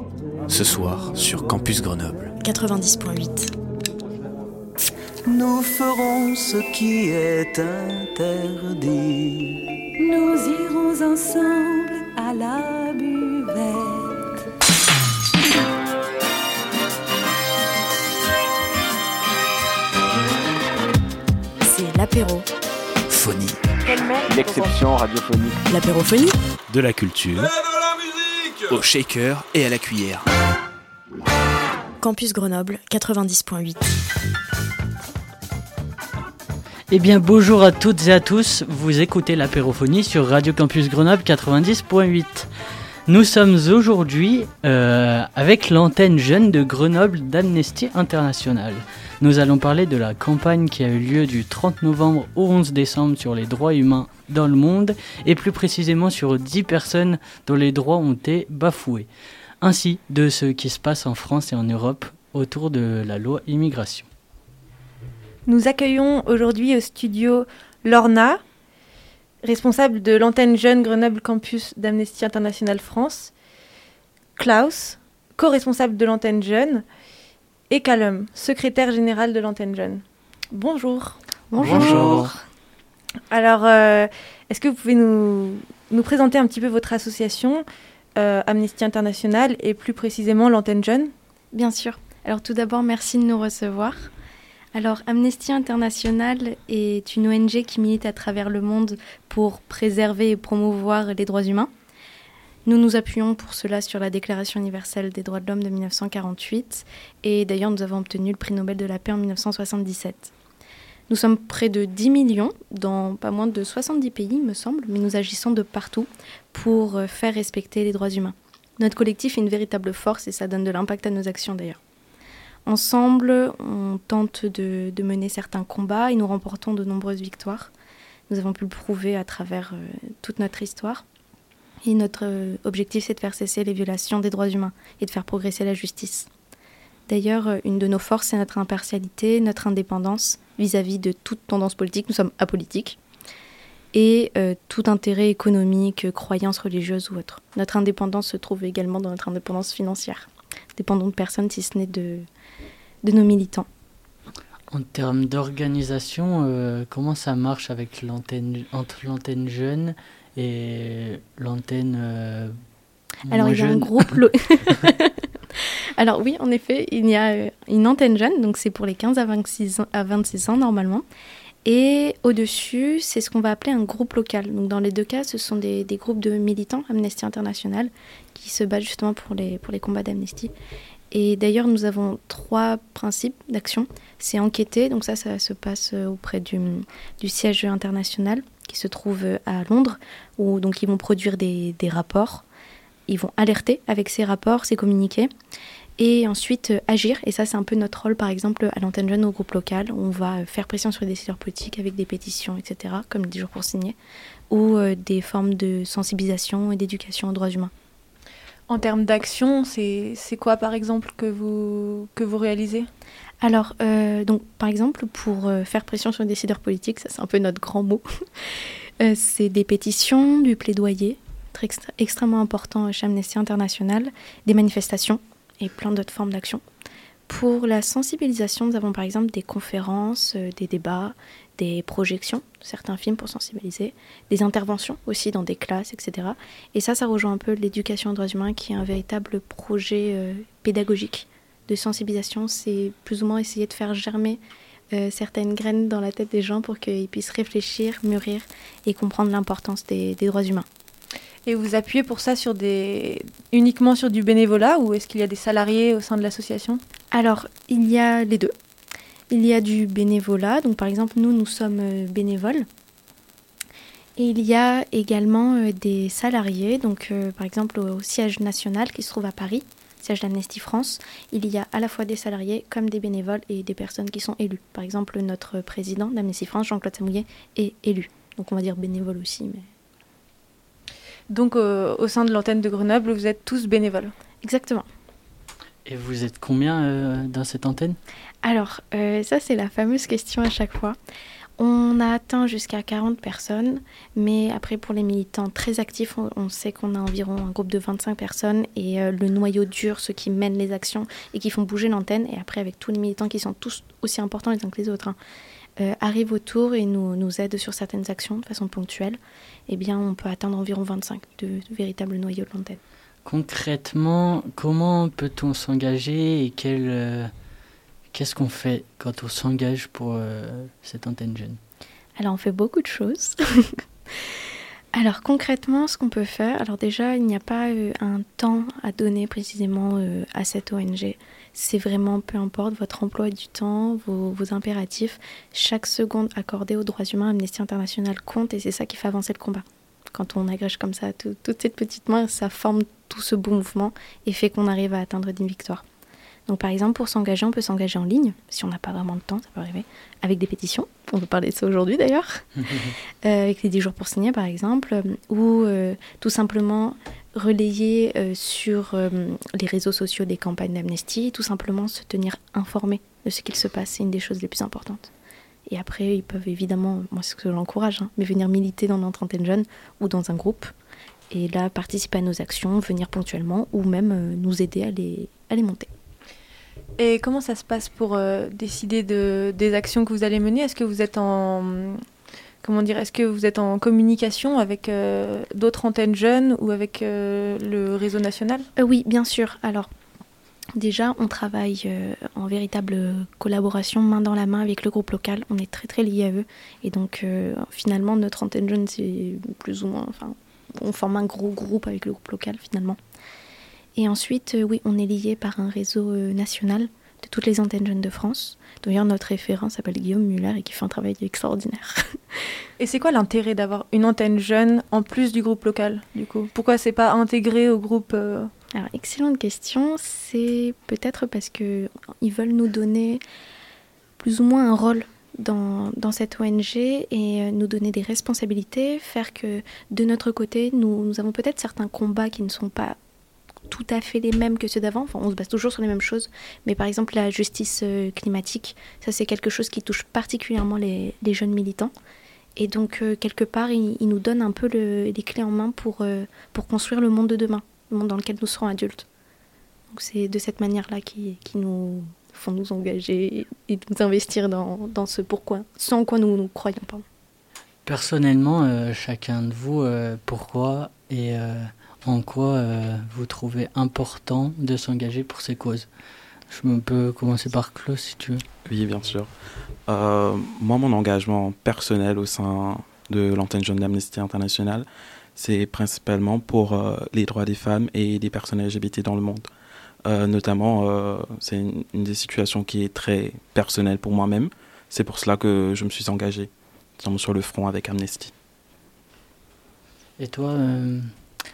Ce soir sur Campus Grenoble 90.8. Nous ferons ce qui est interdit. Nous irons ensemble à la buvette. C'est l'apéro. Phonie. L'exception radiophonique. L'apérophonie. De la culture. Au shaker et à la cuillère. Campus Grenoble 90.8. Eh bien bonjour à toutes et à tous, vous écoutez l'apérophonie sur Radio Campus Grenoble 90.8. Nous sommes aujourd'hui avec l'antenne jeune de Grenoble d'Amnesty International. Nous allons parler de la campagne qui a eu lieu du 30 novembre au 11 décembre sur les droits humains dans le monde et plus précisément sur 10 personnes dont les droits ont été bafoués, ainsi de ce qui se passe en France et en Europe autour de la loi immigration. Nous accueillons aujourd'hui au studio Lorna, responsable de l'antenne jeune Grenoble Campus d'Amnesty International France, Klaus, co-responsable de l'antenne jeune, et Callum, secrétaire général de l'antenne jeune. Bonjour. Bonjour. Alors, est-ce que vous pouvez nous présenter un petit peu votre association, Amnesty International, et plus précisément l'antenne jeune ? Bien sûr. Alors tout d'abord, merci de nous recevoir. Alors Amnesty International est une ONG qui milite à travers le monde pour préserver et promouvoir les droits humains. Nous nous appuyons pour cela sur la Déclaration universelle des droits de l'homme de 1948 et d'ailleurs nous avons obtenu le prix Nobel de la paix en 1977. Nous sommes près de 10 millions dans pas moins de 70 pays, me semble, mais nous agissons de partout pour faire respecter les droits humains. Notre collectif est une véritable force et ça donne de l'impact à nos actions d'ailleurs. Ensemble, on tente de mener certains combats et nous remportons de nombreuses victoires. Nous avons pu le prouver à travers toute notre histoire. Et notre objectif, c'est de faire cesser les violations des droits humains et de faire progresser la justice. D'ailleurs, une de nos forces, c'est notre impartialité, notre indépendance vis-à-vis de toute tendance politique. Nous sommes apolitiques. Et tout intérêt économique, croyance religieuse ou autre. Notre indépendance se trouve également dans notre indépendance financière. Dépendons de personne, si ce n'est de nos militants. En termes d'organisation, comment ça marche avec entre l'antenne jeune et l'antenne Alors il y a un groupe... Alors oui, en effet, il y a une antenne jeune, donc c'est pour les 15 à 26 ans normalement. Et au-dessus, c'est ce qu'on va appeler un groupe local. Donc dans les deux cas, ce sont des groupes de militants Amnesty International qui se battent justement pour les combats d'Amnesty. Et d'ailleurs, nous avons 3 principes d'action. C'est enquêter, donc ça se passe auprès du siège international qui se trouve à Londres, où donc ils vont produire des rapports. Ils vont alerter avec ces rapports, ces communiqués. Et ensuite agir, et ça c'est un peu notre rôle par exemple à l'antenne jeune au groupe local, où on va faire pression sur les décideurs politiques avec des pétitions, etc., comme les 10 jours pour signer, ou des formes de sensibilisation et d'éducation aux droits humains. En termes d'action, c'est quoi par exemple que vous réalisez ? Alors, donc, par exemple, pour faire pression sur les décideurs politiques, ça c'est un peu notre grand mot, c'est des pétitions, du plaidoyer, extrêmement important chez Amnesty International, des manifestations, et plein d'autres formes d'action. Pour la sensibilisation, nous avons par exemple des conférences, des débats, des projections de certains films pour sensibiliser, des interventions aussi dans des classes, etc. Et ça rejoint un peu l'éducation aux droits humains qui est un véritable projet pédagogique de sensibilisation. C'est plus ou moins essayer de faire germer certaines graines dans la tête des gens pour qu'ils puissent réfléchir, mûrir et comprendre l'importance des droits humains. Et vous appuyez pour ça uniquement sur du bénévolat ou est-ce qu'il y a des salariés au sein de l'association ? Alors, il y a les deux. Il y a du bénévolat, donc par exemple, nous sommes bénévoles. Et il y a également des salariés, donc par exemple au siège national qui se trouve à Paris, siège d'Amnesty France, il y a à la fois des salariés comme des bénévoles et des personnes qui sont élues. Par exemple, notre président d'Amnesty France, Jean-Claude Samouillet, est élu. Donc on va dire bénévole aussi, mais... Donc au sein de l'antenne de Grenoble, vous êtes tous bénévoles. Exactement. Et vous êtes combien dans cette antenne ? Alors, ça c'est la fameuse question à chaque fois. On a atteint jusqu'à 40 personnes, mais après pour les militants très actifs, on sait qu'on a environ un groupe de 25 personnes et le noyau dur, ceux qui mènent les actions et qui font bouger l'antenne, et après avec tous les militants qui sont tous aussi importants les uns que les autres, arrivent autour et nous aident sur certaines actions de façon ponctuelle, eh bien on peut atteindre environ 25 de véritables noyaux de l'antenne. Concrètement, comment peut-on s'engager et qu'est-ce qu'on fait quand on s'engage pour cette antenne jeune ? Alors, on fait beaucoup de choses. Alors, concrètement, ce qu'on peut faire, alors déjà, il n'y a pas un temps à donner précisément à cette ONG. C'est vraiment, peu importe, votre emploi du temps, vos impératifs. Chaque seconde accordée aux droits humains, Amnesty International compte et c'est ça qui fait avancer le combat. Quand on agrège comme ça toutes ces petites mains, ça forme tout ce beau mouvement et fait qu'on arrive à atteindre des victoires. Donc par exemple, pour s'engager, on peut s'engager en ligne, si on n'a pas vraiment de temps, ça peut arriver, avec des pétitions, on peut parler de ça aujourd'hui d'ailleurs, avec les 10 jours pour signer par exemple, ou tout simplement relayer sur les réseaux sociaux des campagnes d'Amnesty, tout simplement se tenir informé de ce qu'il se passe, c'est une des choses les plus importantes. Et après, ils peuvent évidemment, moi c'est ce que j'encourage, mais venir militer dans notre antenne jeune ou dans un groupe, et là participer à nos actions, venir ponctuellement, ou même nous aider à les monter. Et comment ça se passe pour décider des actions que vous allez mener ? Est-ce que vous êtes est-ce que vous êtes en communication avec d'autres antennes jeunes ou avec le réseau national ? Oui, bien sûr. Alors, déjà, on travaille en véritable collaboration, main dans la main avec le groupe local. On est très très liés à eux. Et donc, finalement, notre antenne jeune, c'est plus ou moins... on forme un gros groupe avec le groupe local, finalement. Et ensuite, oui, on est lié par un réseau national de toutes les antennes jeunes de France. D'ailleurs, notre référent s'appelle Guillaume Muller et qui fait un travail extraordinaire. Et c'est quoi l'intérêt d'avoir une antenne jeune en plus du groupe local, du coup ? Pourquoi c'est pas intégré au groupe Alors, excellente question. C'est peut-être parce qu'ils veulent nous donner plus ou moins un rôle dans cette ONG et nous donner des responsabilités, faire que de notre côté, nous avons peut-être certains combats qui ne sont pas tout à fait les mêmes que ceux d'avant. Enfin, on se base toujours sur les mêmes choses. Mais par exemple, la justice climatique, ça c'est quelque chose qui touche particulièrement les jeunes militants. Et donc, quelque part, ils nous donnent un peu les clés en main pour construire le monde de demain, le monde dans lequel nous serons adultes. Donc c'est de cette manière-là qui nous font nous engager et nous investir dans ce en quoi nous croyons. Pardon. Personnellement, chacun de vous, pourquoi et en quoi vous trouvez important de s'engager pour ces causes ? Je peux commencer par Klaus, si tu veux. Oui, bien sûr. Moi, mon engagement personnel au sein de l'antenne jeune d'Amnesty International, c'est principalement pour les droits des femmes et des personnes LGBT dans le monde. Notamment, c'est une des situations qui est très personnelle pour moi-même. C'est pour cela que je me suis engagé sur le front avec Amnesty. Et toi Kalou ?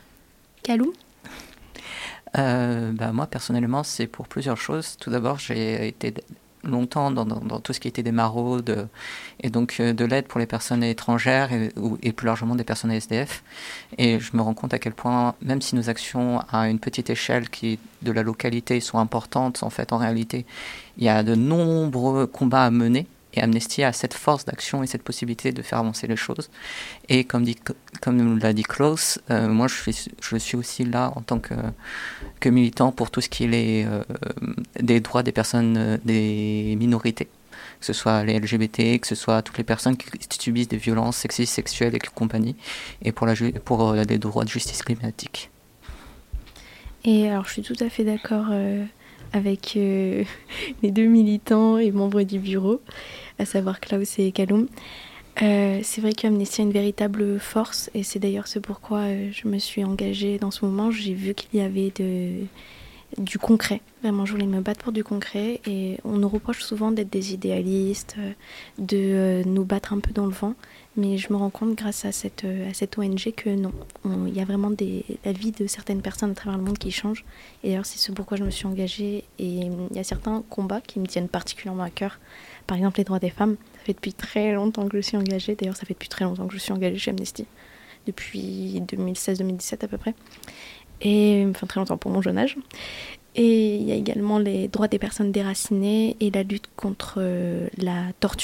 Moi, personnellement, c'est pour plusieurs choses. Tout d'abord, j'ai été longtemps dans tout ce qui était des maraudes et donc de l'aide pour les personnes étrangères et plus largement des personnes SDF. Et je me rends compte à quel point, même si nos actions à une petite échelle qui de la localité sont importantes, en fait, en réalité, il y a de nombreux combats à mener. Et Amnesty a cette force d'action et cette possibilité de faire avancer les choses. Et comme l'a dit Klaus, moi je suis aussi là en tant que militant pour tout ce qui est des droits des personnes, des minorités, que ce soit les LGBT, que ce soit toutes les personnes qui subissent des violences sexistes, sexuelles et compagnie, et pour les droits de justice climatique. Et alors je suis tout à fait d'accord avec les deux militants et membres du bureau, à savoir Klaus et Kaloum. C'est vrai qu'Amnesty a une véritable force et c'est d'ailleurs ce pourquoi je me suis engagée dans ce moment. J'ai vu qu'il y avait du concret. Vraiment, je voulais me battre pour du concret et on nous reproche souvent d'être des idéalistes, de nous battre un peu dans le vent. Mais je me rends compte grâce à cette ONG que non, il y a vraiment la vie de certaines personnes à travers le monde qui change. Et d'ailleurs, c'est ce pourquoi je me suis engagée. Et il y a certains combats qui me tiennent particulièrement à cœur. Par exemple, les droits des femmes. Ça fait depuis très longtemps que je suis engagée. D'ailleurs, ça fait depuis très longtemps que je suis engagée chez Amnesty. Depuis 2016-2017 à peu près. Et enfin, très longtemps pour mon jeune âge. Et il y a également les droits des personnes déracinées et la lutte contre la torture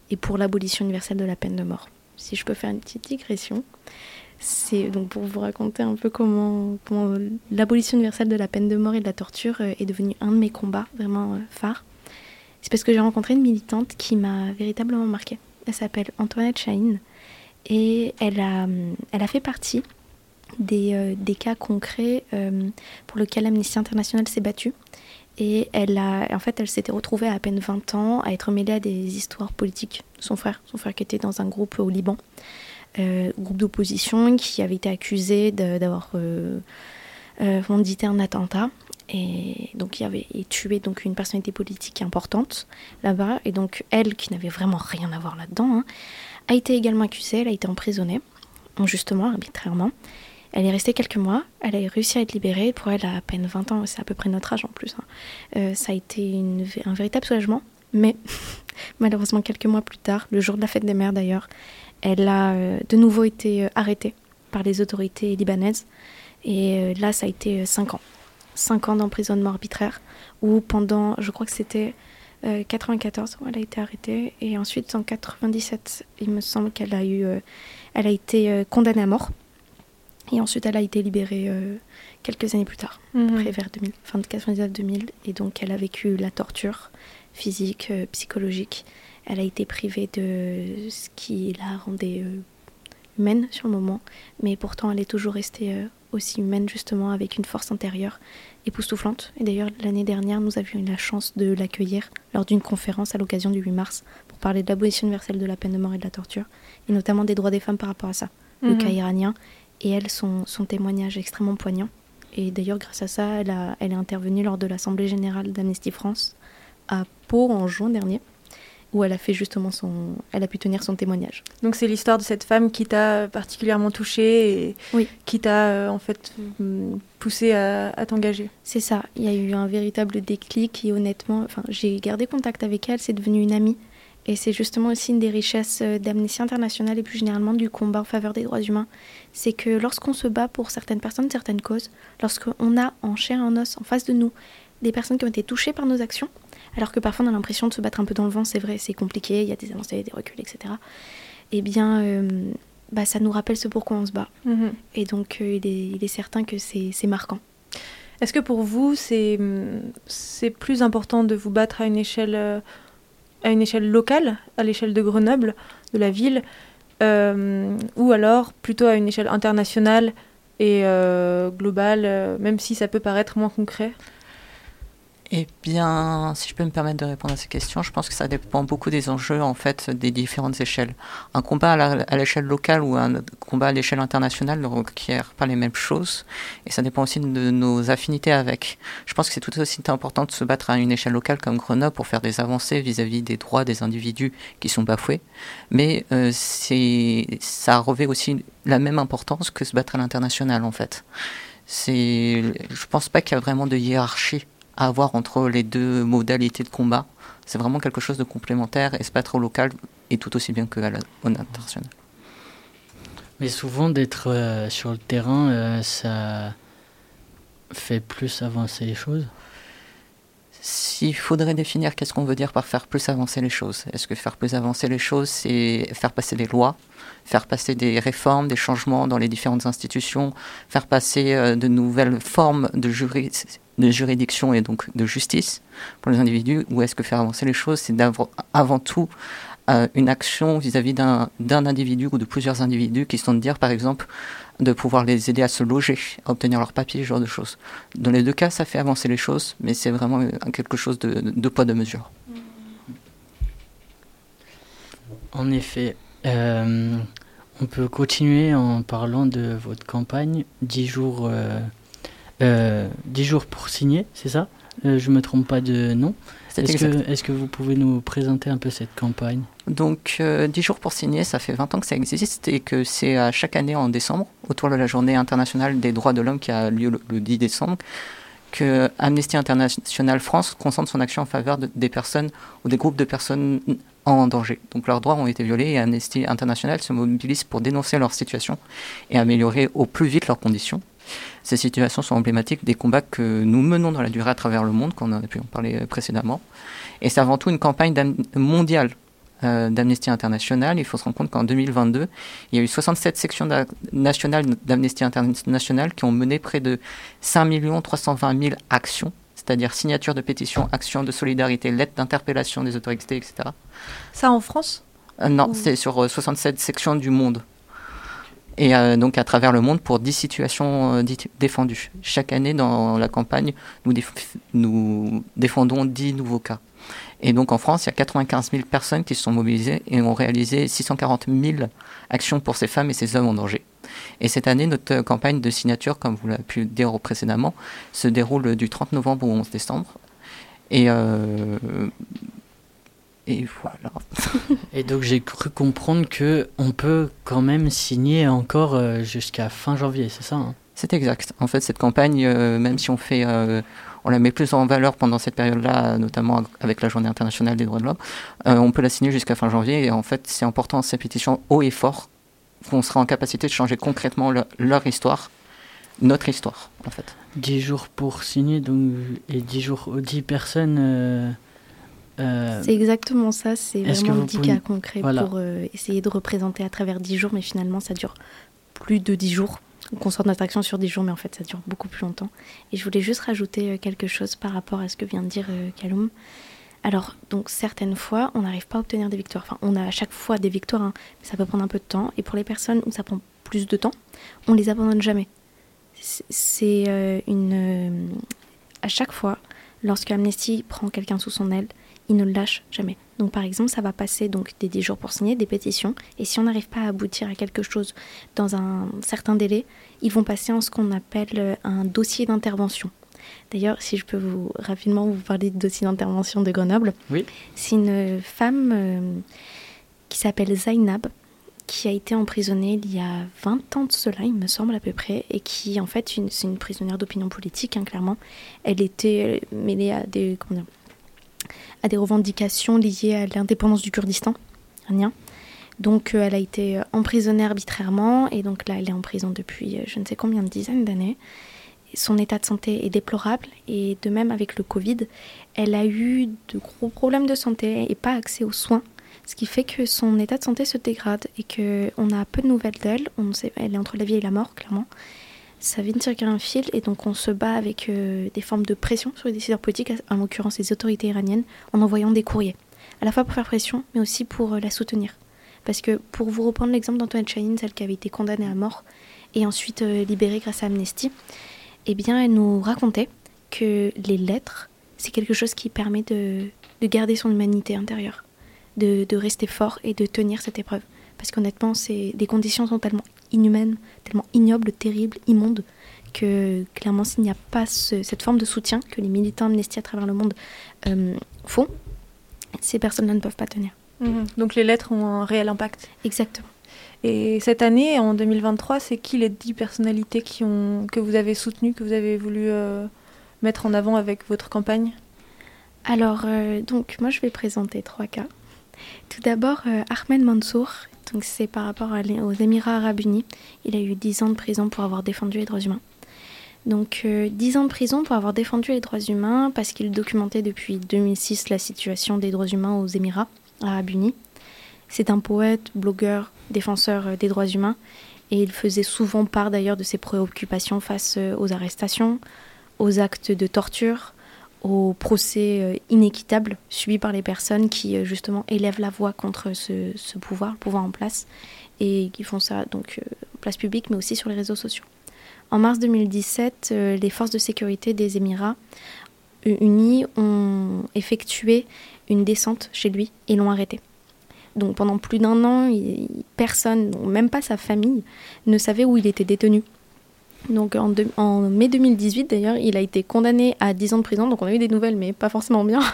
et pour l'abolition universelle de la peine de mort. Si je peux faire une petite digression, c'est donc pour vous raconter un peu comment l'abolition universelle de la peine de mort et de la torture est devenue un de mes combats vraiment phares. C'est parce que j'ai rencontré une militante qui m'a véritablement marquée. Elle s'appelle Antoinette Chahine et elle a fait partie des cas concrets pour lesquels Amnesty International s'est battue. Et elle s'était retrouvée à peine 20 ans à être mêlée à des histoires politiques. Son frère qui était dans un groupe au Liban, groupe d'opposition, qui avait été accusé d'avoir mandité un attentat et donc qui avait tué donc une personnalité politique importante là-bas. Et donc elle, qui n'avait vraiment rien à voir là-dedans, a été également accusée. Elle a été emprisonnée, injustement, arbitrairement. Elle est restée quelques mois, elle a réussi à être libérée. Pour elle, à peine 20 ans, c'est à peu près notre âge en plus. Ça a été un véritable soulagement. Mais malheureusement, quelques mois plus tard, le jour de la fête des mères d'ailleurs, elle a de nouveau été arrêtée par les autorités libanaises. Et là, ça a été 5 ans. 5 ans d'emprisonnement arbitraire, où pendant, je crois que c'était 94, où elle a été arrêtée. Et ensuite, en 97, il me semble qu'elle a été condamnée à mort. Et ensuite, elle a été libérée quelques années plus tard, après vers 2000, fin de 99-2000. Et donc, elle a vécu la torture physique, psychologique. Elle a été privée de ce qui la rendait humaine sur le moment. Mais pourtant, elle est toujours restée aussi humaine, justement, avec une force intérieure époustouflante. Et d'ailleurs, l'année dernière, nous avions eu la chance de l'accueillir lors d'une conférence à l'occasion du 8 mars pour parler de l'abolition universelle de la peine de mort et de la torture, et notamment des droits des femmes par rapport à ça, le cas iranien. Et elle, son témoignage extrêmement poignant. Et d'ailleurs, grâce à ça, elle est intervenue lors de l'Assemblée Générale d'Amnesty France à Pau en juin dernier, où elle a fait justement elle a pu tenir son témoignage. Donc c'est l'histoire de cette femme qui t'a particulièrement touchée et qui t'a en fait poussée à t'engager. C'est ça, il y a eu un véritable déclic et honnêtement, j'ai gardé contact avec elle, c'est devenu une amie. Et c'est justement aussi une des richesses d'Amnesty International et plus généralement du combat en faveur des droits humains. C'est que lorsqu'on se bat pour certaines personnes, certaines causes, lorsqu'on a en chair et en os, en face de nous, des personnes qui ont été touchées par nos actions, alors que parfois on a l'impression de se battre un peu dans le vent, c'est vrai, c'est compliqué, il y a des avancées, des reculs, etc. Eh bien, ça nous rappelle ce pourquoi on se bat. Et donc, il est certain que c'est marquant. Est-ce que pour vous, c'est plus important de vous battre à une échelle locale, à l'échelle de Grenoble, de la ville, ou alors plutôt à une échelle internationale et globale, même si ça peut paraître moins concret? Eh bien, si je peux me permettre de répondre à ces questions, je pense que ça dépend beaucoup des enjeux, en fait, des différentes échelles. Un combat à l'échelle locale ou un combat à l'échelle internationale ne requiert pas les mêmes choses, et ça dépend aussi de nos affinités avec. Je pense que c'est tout aussi important de se battre à une échelle locale comme Grenoble pour faire des avancées vis-à-vis des droits des individus qui sont bafoués, mais ça revêt aussi la même importance que se battre à l'international, en fait. Je pense pas qu'il y a vraiment de hiérarchie à avoir entre les deux modalités de combat. C'est vraiment quelque chose de complémentaire, et se battre au local est tout aussi bien qu'au international. Mais souvent, d'être sur le terrain, ça fait plus avancer les choses. S'il faudrait définir qu'est-ce qu'on veut dire par faire plus avancer les choses. Est-ce que faire plus avancer les choses, c'est faire passer des lois, faire passer des réformes, des changements dans les différentes institutions, faire passer de nouvelles formes de juridiction et donc de justice pour les individus, ou est-ce que faire avancer les choses, c'est avant tout une action vis-à-vis d'un individu ou de plusieurs individus, qui sont de dire, par exemple, de pouvoir les aider à se loger, à obtenir leurs papiers, ce genre de choses. Dans les deux cas, ça fait avancer les choses, mais c'est vraiment quelque chose de poids de mesure. En effet, on peut continuer en parlant de votre campagne 10 jours pour signer, c'est ça? Je ne me trompe pas de nom. Est-ce que vous pouvez nous présenter un peu cette campagne? Donc, 10 jours pour signer, ça fait 20 ans que ça existe, et que c'est à chaque année en décembre, autour de la journée internationale des droits de l'homme qui a lieu le 10 décembre, que Amnesty International France concentre son action en faveur des personnes ou des groupes de personnes en danger. Donc leurs droits ont été violés, et Amnesty International se mobilise pour dénoncer leur situation et améliorer au plus vite leurs conditions. Ces situations sont emblématiques des combats que nous menons dans la durée à travers le monde, qu'on a pu en parler précédemment. Et c'est avant tout une campagne mondiale d'Amnesty International. Il faut se rendre compte qu'en 2022, il y a eu 67 sections nationales d'Amnesty International qui ont mené près de 5 320 000 actions, c'est-à-dire signatures de pétitions, actions de solidarité, lettres d'interpellation des autorités, etc. Ça en France ? Non, c'est sur 67 sections du monde. Et donc à travers le monde pour 10 situations défendues. Chaque année dans la campagne, nous défendons 10 nouveaux cas. Et donc en France, il y a 95 000 personnes qui se sont mobilisées et ont réalisé 640 000 actions pour ces femmes et ces hommes en danger. Et cette année, notre campagne de signature, comme vous l'avez pu dire précédemment, se déroule du 30 novembre au 11 décembre. Et voilà. Et donc j'ai cru comprendre qu'on peut quand même signer encore jusqu'à fin janvier, c'est ça, hein ? C'est exact. En fait, cette campagne, même si on la met plus en valeur pendant cette période-là, notamment avec la Journée internationale des droits de l'homme, on peut la signer jusqu'à fin janvier. Et en fait, c'est important, ces pétitions haut et fort, qu'on sera en capacité de changer concrètement leur histoire, notre histoire, en fait. 10 jours pour signer, donc, et 10 jours aux 10 personnes... C'est exactement ça, c'est vraiment 10 cas concrets voilà. Pour essayer de représenter à travers 10 jours, mais finalement ça dure plus de 10 jours. On concentre notre action sur 10 jours, mais en fait ça dure beaucoup plus longtemps. Et je voulais juste rajouter quelque chose par rapport à ce que vient de dire Kaloum. Alors, donc certaines fois, on n'arrive pas à obtenir des victoires. Enfin, on a à chaque fois des victoires, hein, mais ça peut prendre un peu de temps. Et pour les personnes où ça prend plus de temps, on les abandonne jamais. C'est à chaque fois, lorsque Amnesty prend quelqu'un sous son aile, il ne le lâche jamais. Donc par exemple, ça va passer donc des 10 jours pour signer des pétitions, et si on n'arrive pas à aboutir à quelque chose dans un certain délai, ils vont passer en ce qu'on appelle un dossier d'intervention. D'ailleurs, si je peux rapidement vous parler du dossier d'intervention de Grenoble, oui. C'est une femme qui s'appelle Zainab, qui a été emprisonnée il y a 20 ans de cela, il me semble à peu près, et qui en fait, c'est une prisonnière d'opinion politique, hein, clairement. Elle était mêlée à des revendications liées à l'indépendance du Kurdistan iranien. Donc elle a été emprisonnée arbitrairement, et donc là elle est en prison depuis je ne sais combien de dizaines d'années. Son état de santé est déplorable, et de même avec le Covid, elle a eu de gros problèmes de santé et pas accès aux soins, ce qui fait que son état de santé se dégrade et qu'on a peu de nouvelles d'elle. Elle est entre la vie et la mort, clairement. Ça vient de tirer un fil, et donc on se bat avec des formes de pression sur les décideurs politiques, en l'occurrence les autorités iraniennes, en envoyant des courriers. À la fois pour faire pression, mais aussi pour la soutenir. Parce que, pour vous reprendre l'exemple d'Antoinette Chahine, celle qui avait été condamnée à mort et ensuite libérée grâce à Amnesty, eh bien elle nous racontait que les lettres, c'est quelque chose qui permet de garder son humanité intérieure, de rester fort et de tenir cette épreuve. Parce qu'honnêtement, les conditions sont tellement inhumaines, tellement ignobles, terribles, immondes, que clairement, s'il n'y a pas cette forme de soutien que les militants Amnesty à travers le monde font, ces personnes-là ne peuvent pas tenir. Donc les lettres ont un réel impact. Exactement. Et cette année, en 2023, c'est qui les 10 personnalités que vous avez soutenues, que vous avez voulu mettre en avant avec votre campagne ? Alors, donc, moi, je vais présenter 3 cas. Tout d'abord, Ahmed Mansour, donc c'est par rapport aux Émirats Arabes Unis. Il a eu 10 ans de prison pour avoir défendu les droits humains. Donc 10 ans de prison pour avoir défendu les droits humains parce qu'il documentait depuis 2006 la situation des droits humains aux Émirats Arabes Unis. C'est un poète, blogueur, défenseur des droits humains, et il faisait souvent part d'ailleurs de ses préoccupations face aux arrestations, aux actes de torture, aux procès inéquitables subis par les personnes qui justement élèvent la voix contre ce pouvoir, le pouvoir en place, et qui font ça donc en place publique mais aussi sur les réseaux sociaux. En mars 2017, les forces de sécurité des Émirats Unis ont effectué une descente chez lui et l'ont arrêté. Donc pendant plus d'1 an, personne, même pas sa famille, ne savait où il était détenu. Donc en mai 2018 d'ailleurs, il a été condamné à 10 ans de prison, donc on a eu des nouvelles mais pas forcément bien.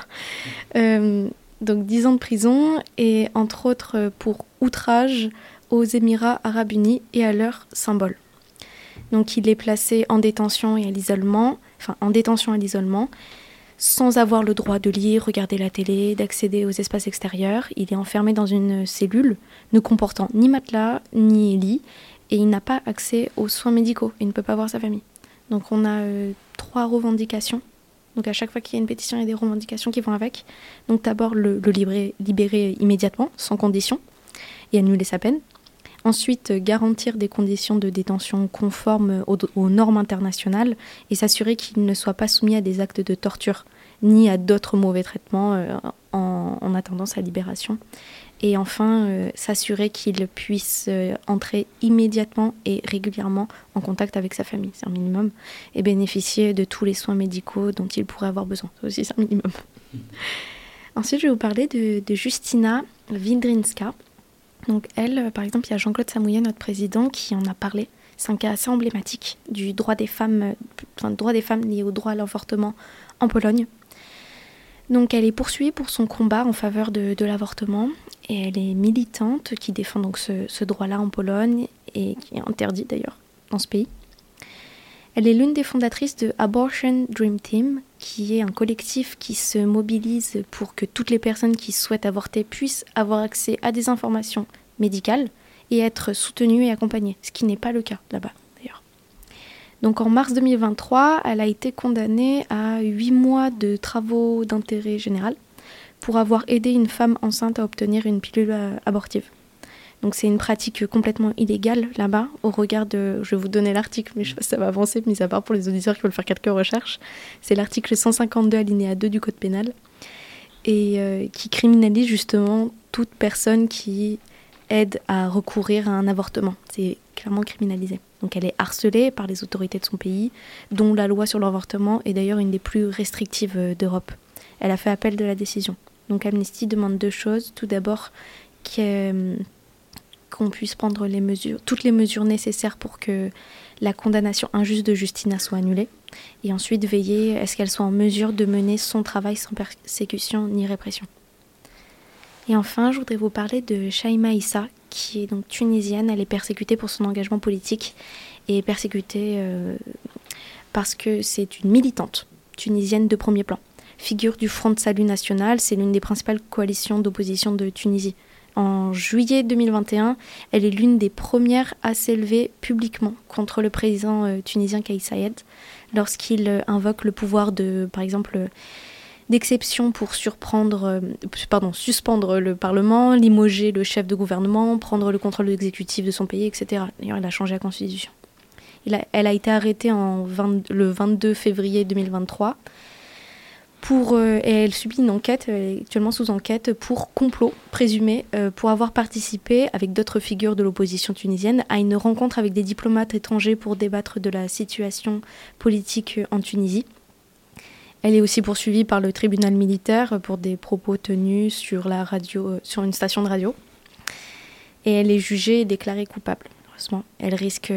Donc 10 ans de prison, et entre autres pour outrage aux Émirats Arabes Unis et à leurs symboles. Donc il est placé en détention et à l'isolement, sans avoir le droit de lire, regarder la télé, d'accéder aux espaces extérieurs. Il est enfermé dans une cellule ne comportant ni matelas ni lit, et il n'a pas accès aux soins médicaux. Il ne peut pas voir sa famille. Donc on a 3 revendications Donc à chaque fois qu'il y a une pétition, il y a des revendications qui vont avec. Donc d'abord le libérer immédiatement, sans condition, et annuler sa peine. Ensuite, garantir des conditions de détention conformes aux normes internationales et s'assurer qu'il ne soit pas soumis à des actes de torture ni à d'autres mauvais traitements en attendant sa libération. Et enfin, s'assurer qu'il puisse entrer immédiatement et régulièrement en contact avec sa famille, c'est un minimum, et bénéficier de tous les soins médicaux dont il pourrait avoir besoin. Ça aussi, c'est un minimum. Ensuite, je vais vous parler de Justyna Wydrinska. Donc elle, par exemple, il y a Jean-Claude Samouillet, notre président, qui en a parlé. C'est un cas assez emblématique du droit des femmes lié au droit à l'avortement en Pologne. Donc elle est poursuivie pour son combat en faveur de l'avortement et elle est militante qui défend donc ce droit-là en Pologne et qui est interdit d'ailleurs dans ce pays. Elle est l'une des fondatrices de Abortion Dream Team, qui est un collectif qui se mobilise pour que toutes les personnes qui souhaitent avorter puissent avoir accès à des informations médicales et être soutenues et accompagnées, ce qui n'est pas le cas là-bas d'ailleurs. Donc en mars 2023, elle a été condamnée à 8 mois de travaux d'intérêt général pour avoir aidé une femme enceinte à obtenir une pilule abortive. Donc c'est une pratique complètement illégale là-bas, au regard de... Je vais vous donner l'article, mais je sais pas si ça va avancer, mis à part pour les auditeurs qui veulent faire quelques recherches. C'est l'article 152 alinéa 2 du Code pénal, et qui criminalise justement toute personne qui aide à recourir à un avortement. C'est clairement criminalisé. Donc elle est harcelée par les autorités de son pays, dont la loi sur l'avortement est d'ailleurs une des plus restrictives d'Europe. Elle a fait appel de la décision. Donc Amnesty demande 2 choses. Tout d'abord, qu'on puisse prendre toutes les mesures nécessaires pour que la condamnation injuste de Justyna soit annulée. Et ensuite, veiller à ce qu'elle soit en mesure de mener son travail sans persécution ni répression. Et enfin, je voudrais vous parler de Shaima Issa, qui est donc tunisienne. Elle est persécutée pour son engagement politique et persécutée parce que c'est une militante tunisienne de premier plan. Figure du Front de Salut National, c'est l'une des principales coalitions d'opposition de Tunisie. En juillet 2021, elle est l'une des premières à s'élever publiquement contre le président tunisien Kais Saied lorsqu'il invoque le pouvoir par exemple, d'exception pour suspendre le Parlement, limoger le chef de gouvernement, prendre le contrôle exécutif de son pays, etc. D'ailleurs, il a changé la constitution. Elle a été arrêtée le 22 février 2023. Et elle subit une enquête, elle est actuellement sous enquête pour complot présumé, pour avoir participé avec d'autres figures de l'opposition tunisienne à une rencontre avec des diplomates étrangers pour débattre de la situation politique en Tunisie. Elle est aussi poursuivie par le tribunal militaire pour des propos tenus sur une station de radio. Et elle est jugée et déclarée coupable, heureusement. Elle risque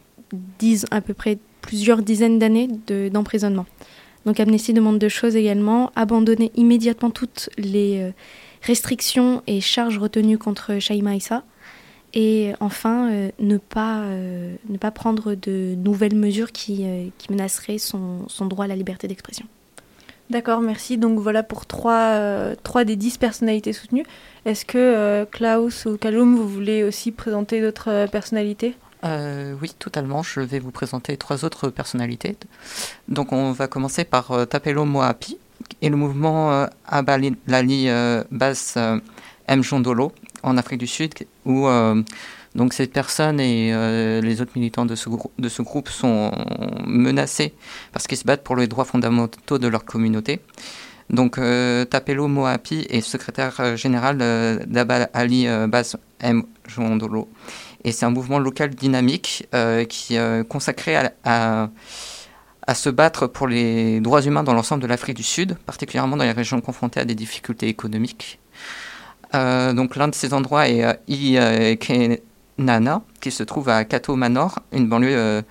à peu près plusieurs dizaines d'années d'emprisonnement. Donc Amnesty demande 2 choses également, abandonner immédiatement toutes les restrictions et charges retenues contre Shaima Issa, et enfin ne pas prendre de nouvelles mesures qui menaceraient son droit à la liberté d'expression. D'accord, merci. Donc voilà pour 3 des 10 personnalités soutenues. Est-ce que Klaus ou Kaloum, vous voulez aussi présenter d'autres personnalités ? Oui, totalement. Je vais vous présenter 3 autres personnalités. Donc, on va commencer par Tapelo Moapi et le mouvement Abalali Bas Mjondolo en Afrique du Sud, où donc cette personne et les autres militants de ce groupe sont menacés parce qu'ils se battent pour les droits fondamentaux de leur communauté. Donc, Tapelo Moapi est secrétaire général d'Abalali Bas Mjondolo. Et c'est un mouvement local dynamique qui est consacré à se battre pour les droits humains dans l'ensemble de l'Afrique du Sud, particulièrement dans les régions confrontées à des difficultés économiques. Donc l'un de ces endroits est Ikenana, qui se trouve à Kato Manor, une banlieue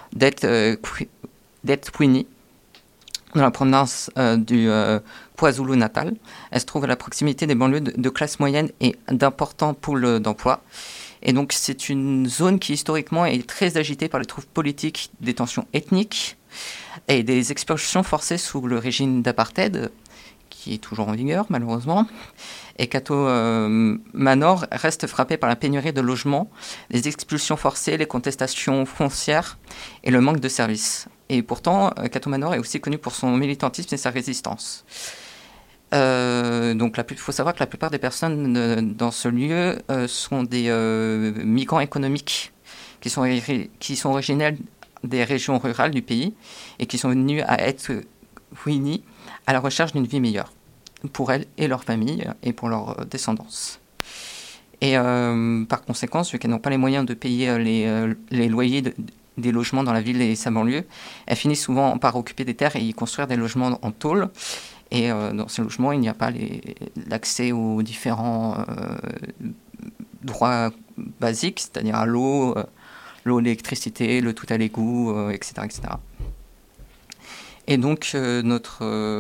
d'Ekwini, dans la province du KwaZulu-Natal. Elle se trouve à la proximité des banlieues de classe moyenne et d'importants pôles d'emploi. Et donc c'est une zone qui historiquement est très agitée par les troubles politiques, des tensions ethniques et des expulsions forcées sous le régime d'apartheid, qui est toujours en vigueur malheureusement. Et Kato Manor reste frappé par la pénurie de logements, les expulsions forcées, les contestations foncières et le manque de services. Et pourtant, Kato Manor est aussi connu pour son militantisme et sa résistance. Donc, il faut savoir que la plupart des personnes dans ce lieu sont des migrants économiques qui sont originaires des régions rurales du pays et qui sont venus à Etouini à la recherche d'une vie meilleure pour elles et leur famille et pour leur descendance. Et par conséquent, vu qu'elles n'ont pas les moyens de payer les loyers des logements dans la ville et sa banlieue, elles finissent souvent par occuper des terres et y construire des logements en tôle. Et dans ces logements, il n'y a pas l'accès aux différents droits basiques, c'est-à-dire à l'eau, l'électricité, le tout à l'égout, etc., etc. Et donc, notre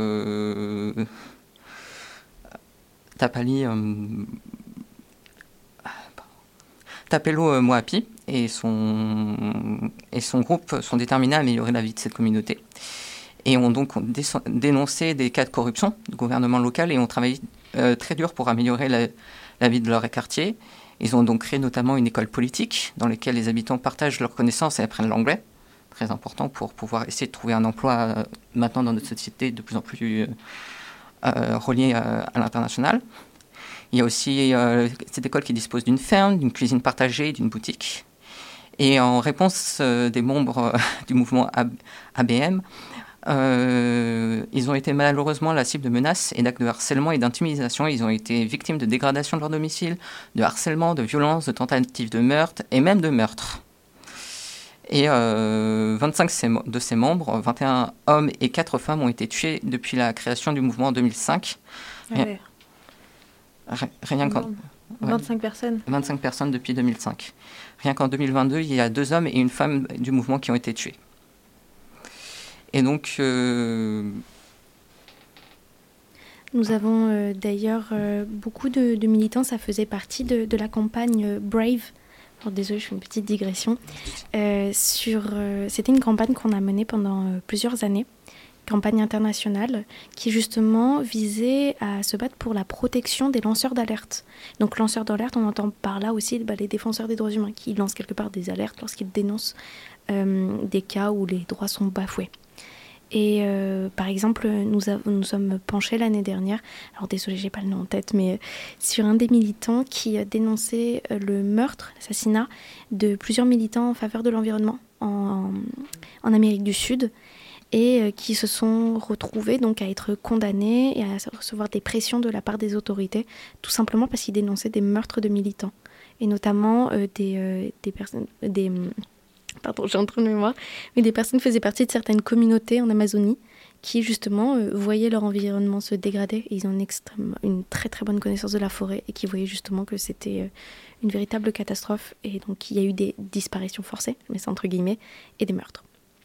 Tapelo Moapi et son groupe sont déterminés à améliorer la vie de cette communauté. Et ont donc dénoncé des cas de corruption du gouvernement local et ont travaillé très dur pour améliorer la vie de leur quartier. Ils ont donc créé notamment une école politique dans laquelle les habitants partagent leurs connaissances et apprennent l'anglais, très important pour pouvoir essayer de trouver un emploi maintenant dans notre société de plus en plus reliée à l'international. Il y a aussi cette école qui dispose d'une ferme, d'une cuisine partagée, d'une boutique. Et en réponse des membres du mouvement ABM, ils ont été malheureusement la cible de menaces et d'actes de harcèlement et d'intimidation. Ils ont été victimes de dégradation de leur domicile, de harcèlement, de violences, de tentatives de meurtre et même de meurtre. Et 25 de ces membres, 21 hommes et 4 femmes, ont été tués depuis la création du mouvement en 2005. Ouais. Rien qu'en... 25 personnes. 25 personnes depuis 2005. Rien qu'en 2022, il y a 2 hommes et une femme du mouvement qui ont été tués. Et donc... Nous avons d'ailleurs beaucoup de militants, ça faisait partie de la campagne Brave. Alors, désolée, je fais une petite digression. C'était une campagne qu'on a menée pendant plusieurs années, campagne internationale, qui justement visait à se battre pour la protection des lanceurs d'alerte. Donc lanceurs d'alerte, on entend par là aussi les défenseurs des droits humains, qui lancent quelque part des alertes lorsqu'ils dénoncent des cas où les droits sont bafoués. Et par exemple, nous sommes penchés l'année dernière, alors désolé, j'ai pas le nom en tête, mais sur un des militants qui dénonçait le meurtre, l'assassinat de plusieurs militants en faveur de l'environnement en Amérique du Sud, et qui se sont retrouvés donc à être condamnés et à recevoir des pressions de la part des autorités, tout simplement parce qu'ils dénonçaient des meurtres de militants, et notamment des personnes... Pardon, j'ai un trou de mémoire, mais des personnes faisaient partie de certaines communautés en Amazonie qui justement voyaient leur environnement se dégrader, et ils ont une très très bonne connaissance de la forêt et qui voyaient justement que c'était une véritable catastrophe, et donc il y a eu des disparitions forcées, mais c'est entre guillemets, et des meurtres.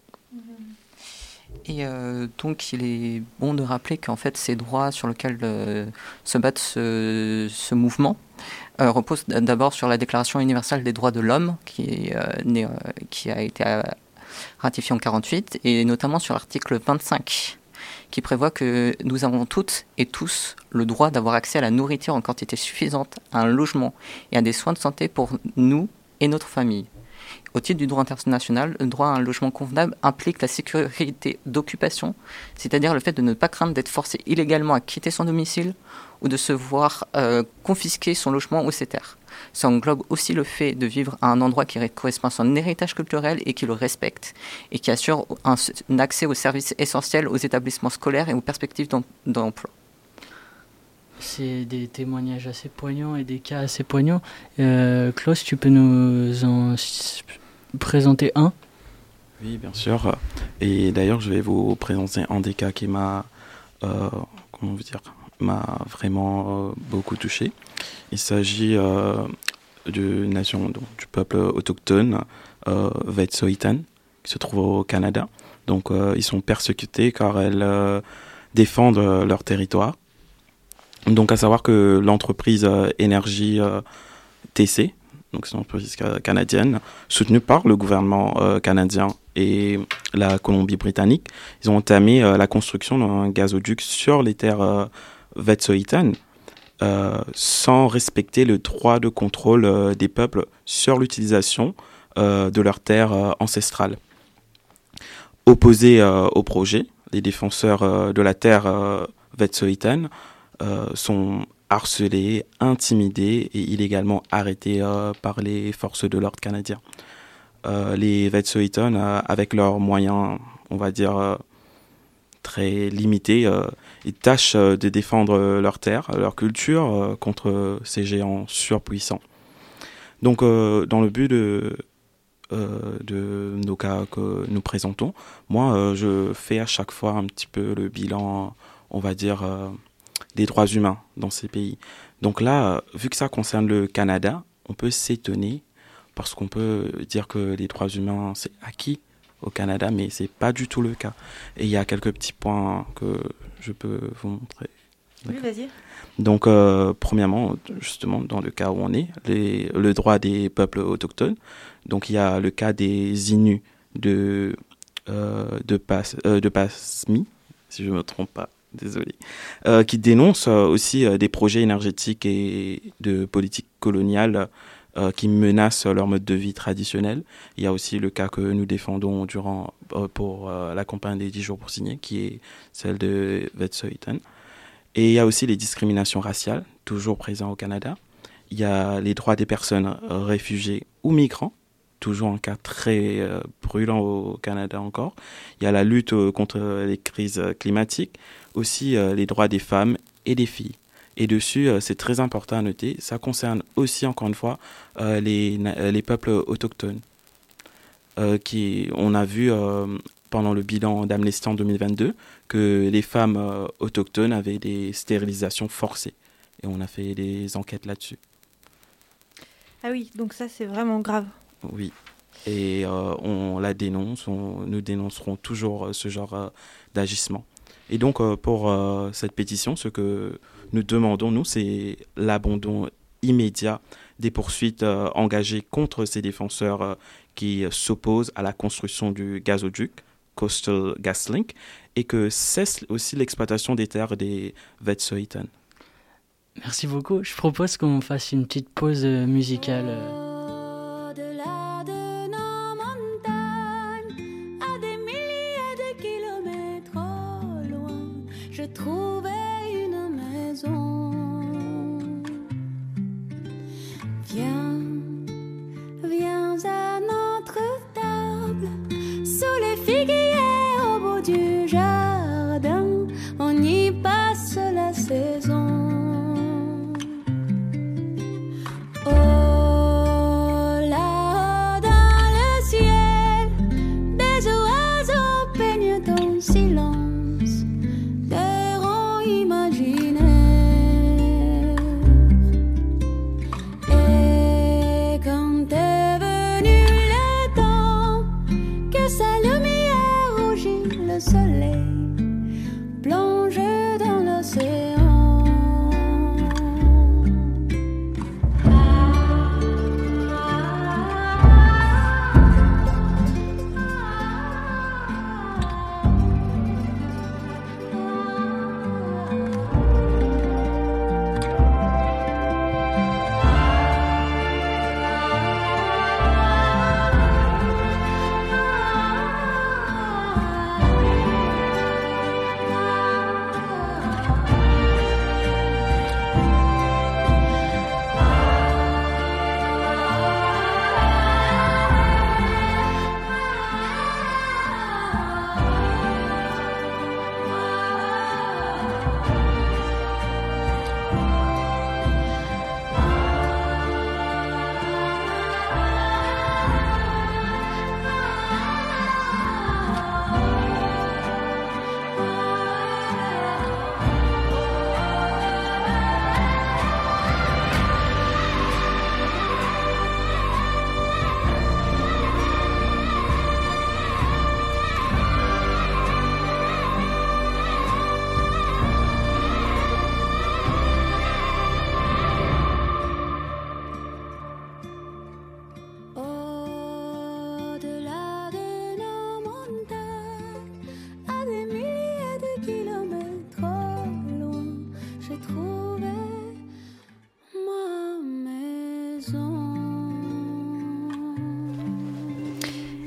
Et donc il est bon de rappeler qu'en fait ces droits sur lesquels se bat ce mouvement repose d'abord sur la Déclaration universelle des droits de l'homme qui a été ratifiée en 1948, et notamment sur l'article 25 qui prévoit que nous avons toutes et tous le droit d'avoir accès à la nourriture en quantité suffisante, à un logement et à des soins de santé pour nous et notre famille. Au titre du droit international, le droit à un logement convenable implique la sécurité d'occupation, c'est-à-dire le fait de ne pas craindre d'être forcé illégalement à quitter son domicile ou de se voir confisquer son logement ou ses terres. Ça englobe aussi le fait de vivre à un endroit qui correspond à son héritage culturel et qui le respecte, et qui assure un accès aux services essentiels, aux établissements scolaires et aux perspectives d'emploi. C'est des témoignages assez poignants et des cas assez poignants. Klaus, tu peux nous en présenter un ? Oui, bien sûr. Et d'ailleurs, je vais vous présenter un des cas qui m'a vraiment beaucoup touché. Il s'agit d'une nation, donc, du peuple autochtone Wet'suwet'en, qui se trouve au Canada. Donc, ils sont persécutés car elles défendent leur territoire. Donc, à savoir que l'entreprise Énergie TC, donc c'est une entreprise canadienne, soutenue par le gouvernement canadien et la Colombie-Britannique. Ils ont entamé la construction d'un gazoduc sur les terres Wet'suwet'en, sans respecter le droit de contrôle des peuples sur l'utilisation de leurs terres ancestrales. Opposés au projet, les défenseurs de la terre Wet'suwet'en sont harcelés, intimidés et illégalement arrêtés par les forces de l'ordre canadiens. Les Wet'suwet'en, avec leurs moyens, on va dire, très limités, ils tâchent de défendre leurs terres, leur culture contre ces géants surpuissants. Donc, dans le but de nos cas que nous présentons, moi, je fais à chaque fois un petit peu le bilan, on va dire, des droits humains dans ces pays. Donc là, vu que ça concerne le Canada, on peut s'étonner parce qu'on peut dire que les droits humains, c'est acquis au Canada, mais c'est pas du tout le cas. Et il y a quelques petits points que je peux vous montrer. Oui, vas-y. Donc, premièrement, justement, dans le cas où on est, le droit des peuples autochtones. Donc, il y a le cas des Inuits de Pasmi, si je ne me trompe pas, désolé, qui dénoncent aussi des projets énergétiques et de politique coloniale qui menacent leur mode de vie traditionnel. Il y a aussi le cas que nous défendons pour la campagne des 10 jours pour signer, qui est celle de Wet'suwet'en. Et il y a aussi les discriminations raciales, toujours présentes au Canada. Il y a les droits des personnes réfugiées ou migrants, toujours un cas très brûlant au Canada encore. Il y a la lutte contre les crises climatiques, aussi les droits des femmes et des filles. Et dessus, c'est très important à noter, ça concerne aussi, encore une fois, les peuples autochtones. On a vu pendant le bilan d'Amnesty en 2022 que les femmes autochtones avaient des stérilisations forcées. Et on a fait des enquêtes là-dessus. Ah oui, donc ça c'est vraiment grave. Oui, et on la dénonce, nous dénoncerons toujours ce genre d'agissement. Et donc pour cette pétition, ce que nous demandons, nous, c'est l'abandon immédiat des poursuites engagées contre ces défenseurs qui s'opposent à la construction du gazoduc Coastal GasLink et que cesse aussi l'exploitation des terres des Wet'suwet'en. Merci beaucoup. Je propose qu'on fasse une petite pause musicale. Au-delà de nos montagnes, à des milliers de kilomètres au loin, je trouvais une maison. Viens à notre table, sous les figuiers au bout du jardin, on y passe la saison. Oh là, dans le ciel, des oiseaux peignent ton silence, des ronds imaginaires. Et quand est venu le temps que sa lumière rougit le soleil, plonge dans l'océan.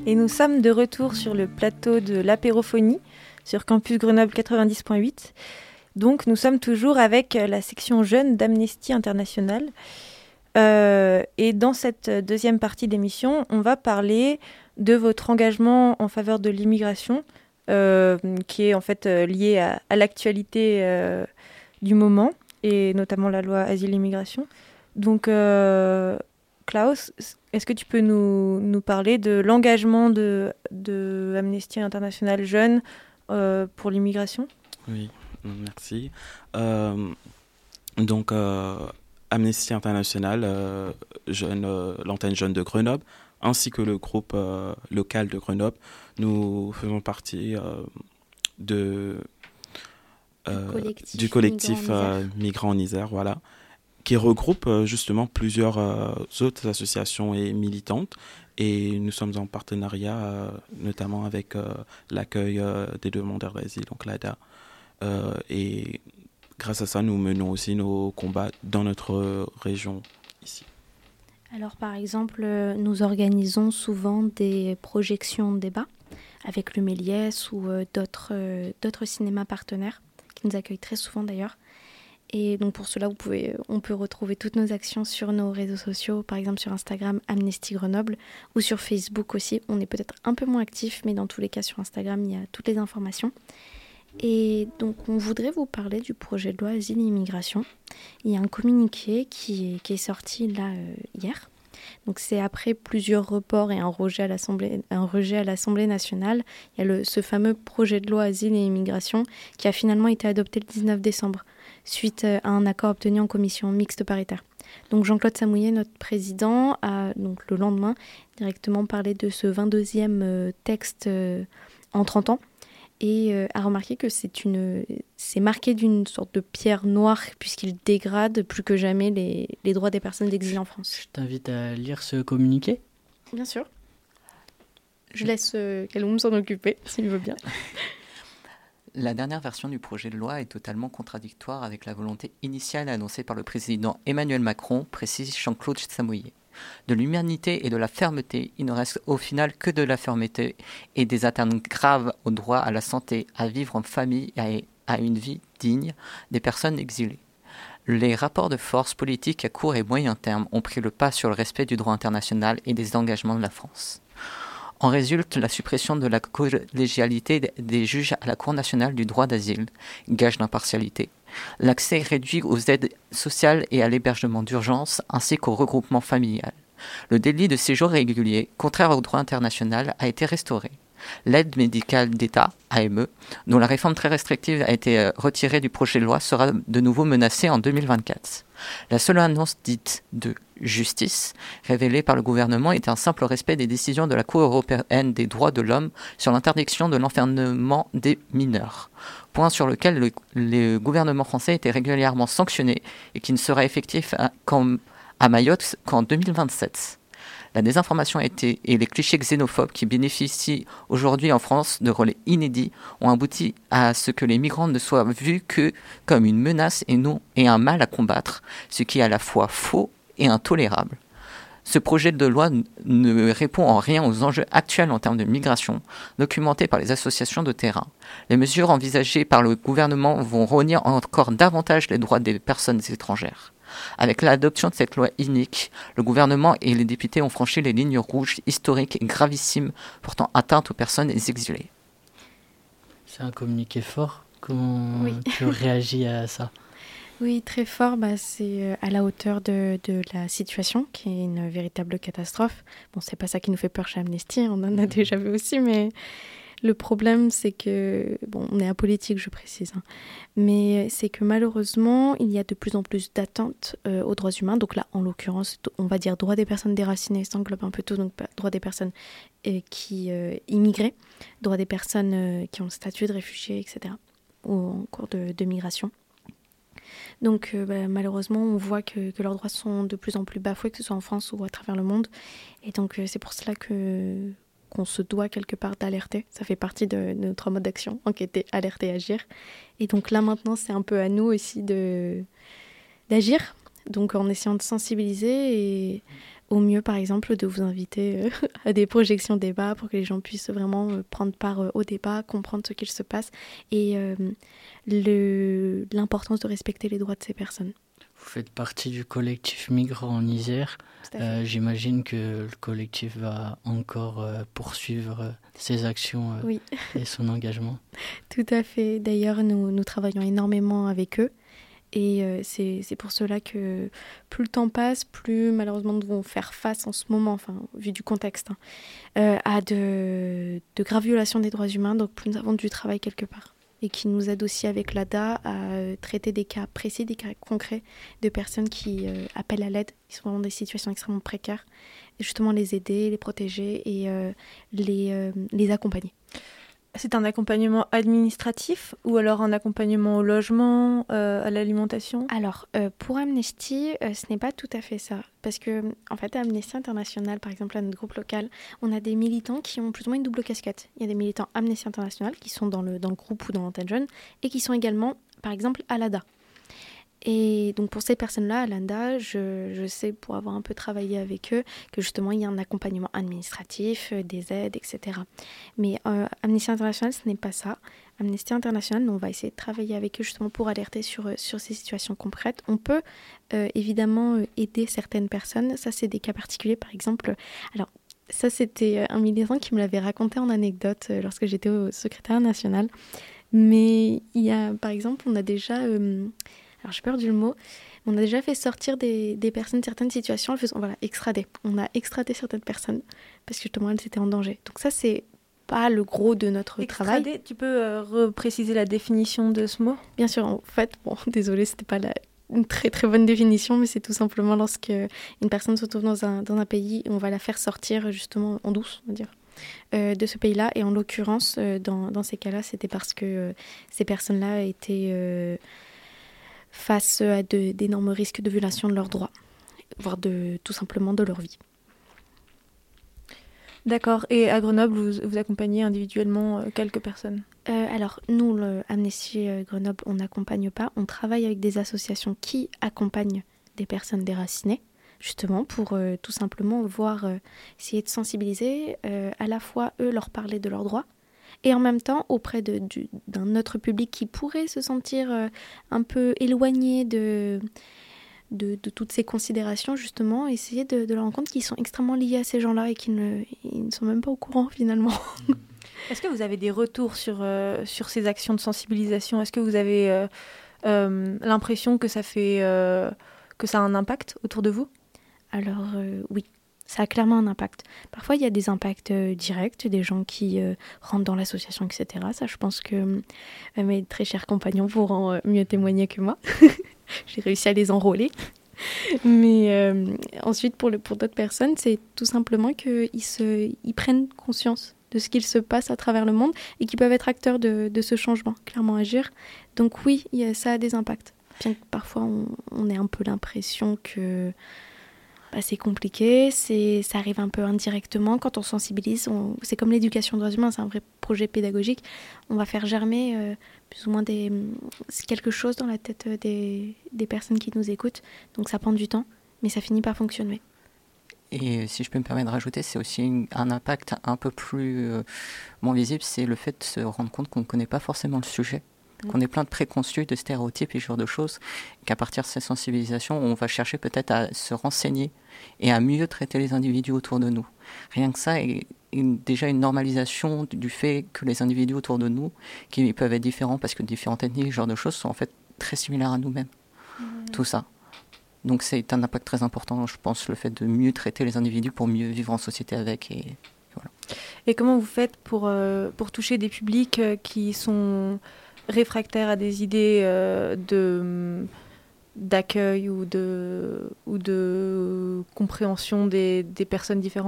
Et nous sommes de retour sur le plateau de l'apérophonie sur Campus Grenoble 90.8. Donc nous sommes toujours avec la section jeunes d'Amnesty International. Et dans cette deuxième partie d'émission, on va parler de votre engagement en faveur de l'immigration, qui est en fait lié à l'actualité du moment, et notamment la loi Asile-Immigration. Donc Klaus, est-ce que tu peux nous parler de l'engagement de Amnesty International Jeunes pour l'immigration ? Oui, merci. Donc, Amnesty International, l'antenne jeune de Grenoble, ainsi que le groupe local de Grenoble, nous faisons partie du collectif Migrants en Isère, voilà, qui regroupe justement plusieurs autres associations et militantes. Et nous sommes en partenariat notamment avec l'accueil des demandeurs d'asile, donc l'ADA. Et grâce à ça, nous menons aussi nos combats dans notre région ici. Alors par exemple, nous organisons souvent des projections de débats avec le Méliès ou d'autres cinémas partenaires qui nous accueillent très souvent d'ailleurs. Et donc pour cela, on peut retrouver toutes nos actions sur nos réseaux sociaux, par exemple sur Instagram Amnesty Grenoble ou sur Facebook aussi. On est peut-être un peu moins actifs, mais dans tous les cas sur Instagram, il y a toutes les informations. Et donc on voudrait vous parler du projet de loi Asile et Immigration. Il y a un communiqué qui est sorti là hier. Donc c'est après plusieurs reports et un rejet à l'Assemblée nationale. Il y a ce fameux projet de loi Asile et Immigration qui a finalement été adopté le 19 décembre suite à un accord obtenu en commission mixte paritaire. Donc Jean-Claude Samouillet, notre président, a donc le lendemain directement parlé de ce 22e texte en 30 ans. Et a remarqué que c'est marqué d'une sorte de pierre noire puisqu'il dégrade plus que jamais les droits des personnes exilées en France. Je t'invite à lire ce communiqué. Bien sûr. Je laisse Kaloum s'en occuper, s'il veut bien. La dernière version du projet de loi est totalement contradictoire avec la volonté initiale annoncée par le président Emmanuel Macron, précise Jean-Claude Samouillet. De l'humanité et de la fermeté, il ne reste au final que de la fermeté et des atteintes graves au droit à la santé, à vivre en famille et à une vie digne des personnes exilées. Les rapports de force politiques à court et moyen terme ont pris le pas sur le respect du droit international et des engagements de la France. En résulte la suppression de la collégialité des juges à la Cour nationale du droit d'asile, gage d'impartialité, l'accès réduit aux aides sociales et à l'hébergement d'urgence, ainsi qu'au regroupement familial. Le délit de séjour régulier, contraire au droit international, a été restauré. L'aide médicale d'État, AME, dont la réforme très restrictive a été retirée du projet de loi, sera de nouveau menacée en 2024. La seule annonce dite de justice, révélée par le gouvernement, était un simple respect des décisions de la Cour européenne des droits de l'homme sur l'interdiction de l'enfermement des mineurs. Point sur lequel le gouvernement français était régulièrement sanctionné et qui ne sera effectif à Mayotte qu'en 2027. La désinformation et les clichés xénophobes qui bénéficient aujourd'hui en France de relais inédits ont abouti à ce que les migrants ne soient vus que comme une menace et un mal à combattre, ce qui est à la fois faux et intolérable. Ce projet de loi ne répond en rien aux enjeux actuels en termes de migration, documentés par les associations de terrain. Les mesures envisagées par le gouvernement vont rogner encore davantage les droits des personnes étrangères. Avec l'adoption de cette loi inique, le gouvernement et les députés ont franchi les lignes rouges historiques et gravissimes portant atteinte aux personnes exilées. C'est un communiqué fort. Comment tu réagis à ça ? Oui, très fort. C'est à la hauteur de la situation, qui est une véritable catastrophe. Bon, c'est pas ça qui nous fait peur chez Amnesty, on en a déjà vu aussi, mais le problème, c'est que, on est apolitique, je précise, mais c'est que malheureusement, il y a de plus en plus d'attentes aux droits humains. Donc là, en l'occurrence, on va dire droits des personnes déracinées, ça englobe un peu tout, donc droits des personnes qui immigrées, droits des personnes qui ont le statut de réfugiés, etc., ou en cours de migration. Donc malheureusement, on voit que leurs droits sont de plus en plus bafoués, que ce soit en France ou à travers le monde. Et donc c'est pour cela qu'on se doit quelque part d'alerter. Ça fait partie de notre mode d'action, enquêter, alerter, agir. Et donc là maintenant, c'est un peu à nous aussi d'agir. Donc en essayant de sensibiliser et Au mieux, par exemple, de vous inviter à des projections débats pour que les gens puissent vraiment prendre part au débat, comprendre ce qu'il se passe et l'importance de respecter les droits de ces personnes. Vous faites partie du collectif Migrants en Isère. J'imagine que le collectif va encore poursuivre ses actions oui. et son engagement. Tout à fait. D'ailleurs, nous travaillons énormément avec eux. Et c'est pour cela que plus le temps passe, plus malheureusement nous devons faire face en ce moment, enfin, vu du contexte, à de graves violations des droits humains. Donc plus nous avons du travail quelque part. Et qui nous aide aussi avec l'ADA à traiter des cas précis, des cas concrets de personnes qui appellent à l'aide, qui sont dans des situations extrêmement précaires. Et justement les aider, les protéger et les accompagner. C'est un accompagnement administratif ou alors un accompagnement au logement, à l'alimentation ? Alors, pour Amnesty, ce n'est pas tout à fait ça. Parce que, en fait, à Amnesty International, par exemple, à notre groupe local, on a des militants qui ont plus ou moins une double casquette. Il y a des militants Amnesty International qui sont dans le groupe ou dans l'antenne jeune et qui sont également, par exemple, à l'ADA. Et donc pour ces personnes-là, à l'ADA, je sais, pour avoir un peu travaillé avec eux, que justement il y a un accompagnement administratif, des aides, etc. Mais Amnesty International, ce n'est pas ça. Amnesty International, on va essayer de travailler avec eux justement pour alerter sur ces situations concrètes. On peut évidemment aider certaines personnes. Ça, c'est des cas particuliers, par exemple. Alors, ça, c'était un militant qui me l'avait raconté en anecdote lorsque j'étais au secrétariat national. Mais il y a, par exemple, on a déjà... alors j'ai perdu le mot, on a déjà fait sortir des personnes de certaines situations, extrader. On a extradé certaines personnes parce que justement elles étaient en danger. Donc ça, c'est pas le gros de notre travail. Tu peux repréciser la définition de ce mot ? Bien sûr, en fait, désolée, c'était pas une très très bonne définition, mais c'est tout simplement lorsque une personne se trouve dans un pays, on va la faire sortir justement en douce, on va dire. De ce pays-là, et en l'occurrence, dans ces cas-là, c'était parce que ces personnes-là étaient... face à d'énormes risques de violation de leurs droits, voire tout simplement de leur vie. D'accord. Et à Grenoble, vous accompagnez individuellement quelques personnes ? Alors, nous, Amnesty Grenoble, on n'accompagne pas. On travaille avec des associations qui accompagnent des personnes déracinées, justement, pour tout simplement essayer de sensibiliser, à la fois, eux, leur parler de leurs droits, et en même temps, auprès d'un autre public qui pourrait se sentir un peu éloigné de toutes ces considérations, justement, essayer de leur rendre compte qu'ils sont extrêmement liés à ces gens-là et qu'ils ne sont même pas au courant, finalement. Est-ce que vous avez des retours sur ces actions de sensibilisation ? Est-ce que vous avez l'impression que ça a un impact autour de vous ? Alors, oui. Ça a clairement un impact. Parfois, il y a des impacts directs, des gens qui rentrent dans l'association, etc. Ça, je pense que mes très chers compagnons pourront mieux témoigner que moi. J'ai réussi à les enrôler. Mais ensuite, pour d'autres personnes, c'est tout simplement qu'ils prennent conscience de ce qu'il se passe à travers le monde et qu'ils peuvent être acteurs de ce changement, clairement agir. Donc oui, ça a des impacts. Bien que parfois, on ait un peu l'impression que... c'est compliqué, ça arrive un peu indirectement. Quand on sensibilise, c'est comme l'éducation aux droits humains, c'est un vrai projet pédagogique. On va faire germer plus ou moins quelque chose dans la tête des personnes qui nous écoutent. Donc ça prend du temps, mais ça finit par fonctionner. Et si je peux me permettre de rajouter, c'est aussi un impact un peu plus moins visible, c'est le fait de se rendre compte qu'on ne connaît pas forcément le sujet. Qu'on est plein de préconçus, de stéréotypes et ce genre de choses, qu'à partir de ces sensibilisations, on va chercher peut-être à se renseigner et à mieux traiter les individus autour de nous. Rien que ça est déjà une normalisation du fait que les individus autour de nous, qui peuvent être différents parce que différentes ethnies, ce genre de choses, sont en fait très similaires à nous-mêmes. Tout ça. Donc c'est un impact très important, je pense, le fait de mieux traiter les individus pour mieux vivre en société avec. Et voilà. Et comment vous faites pour toucher des publics qui sont... réfractaires à des idées d'accueil ou de compréhension des personnes différentes ?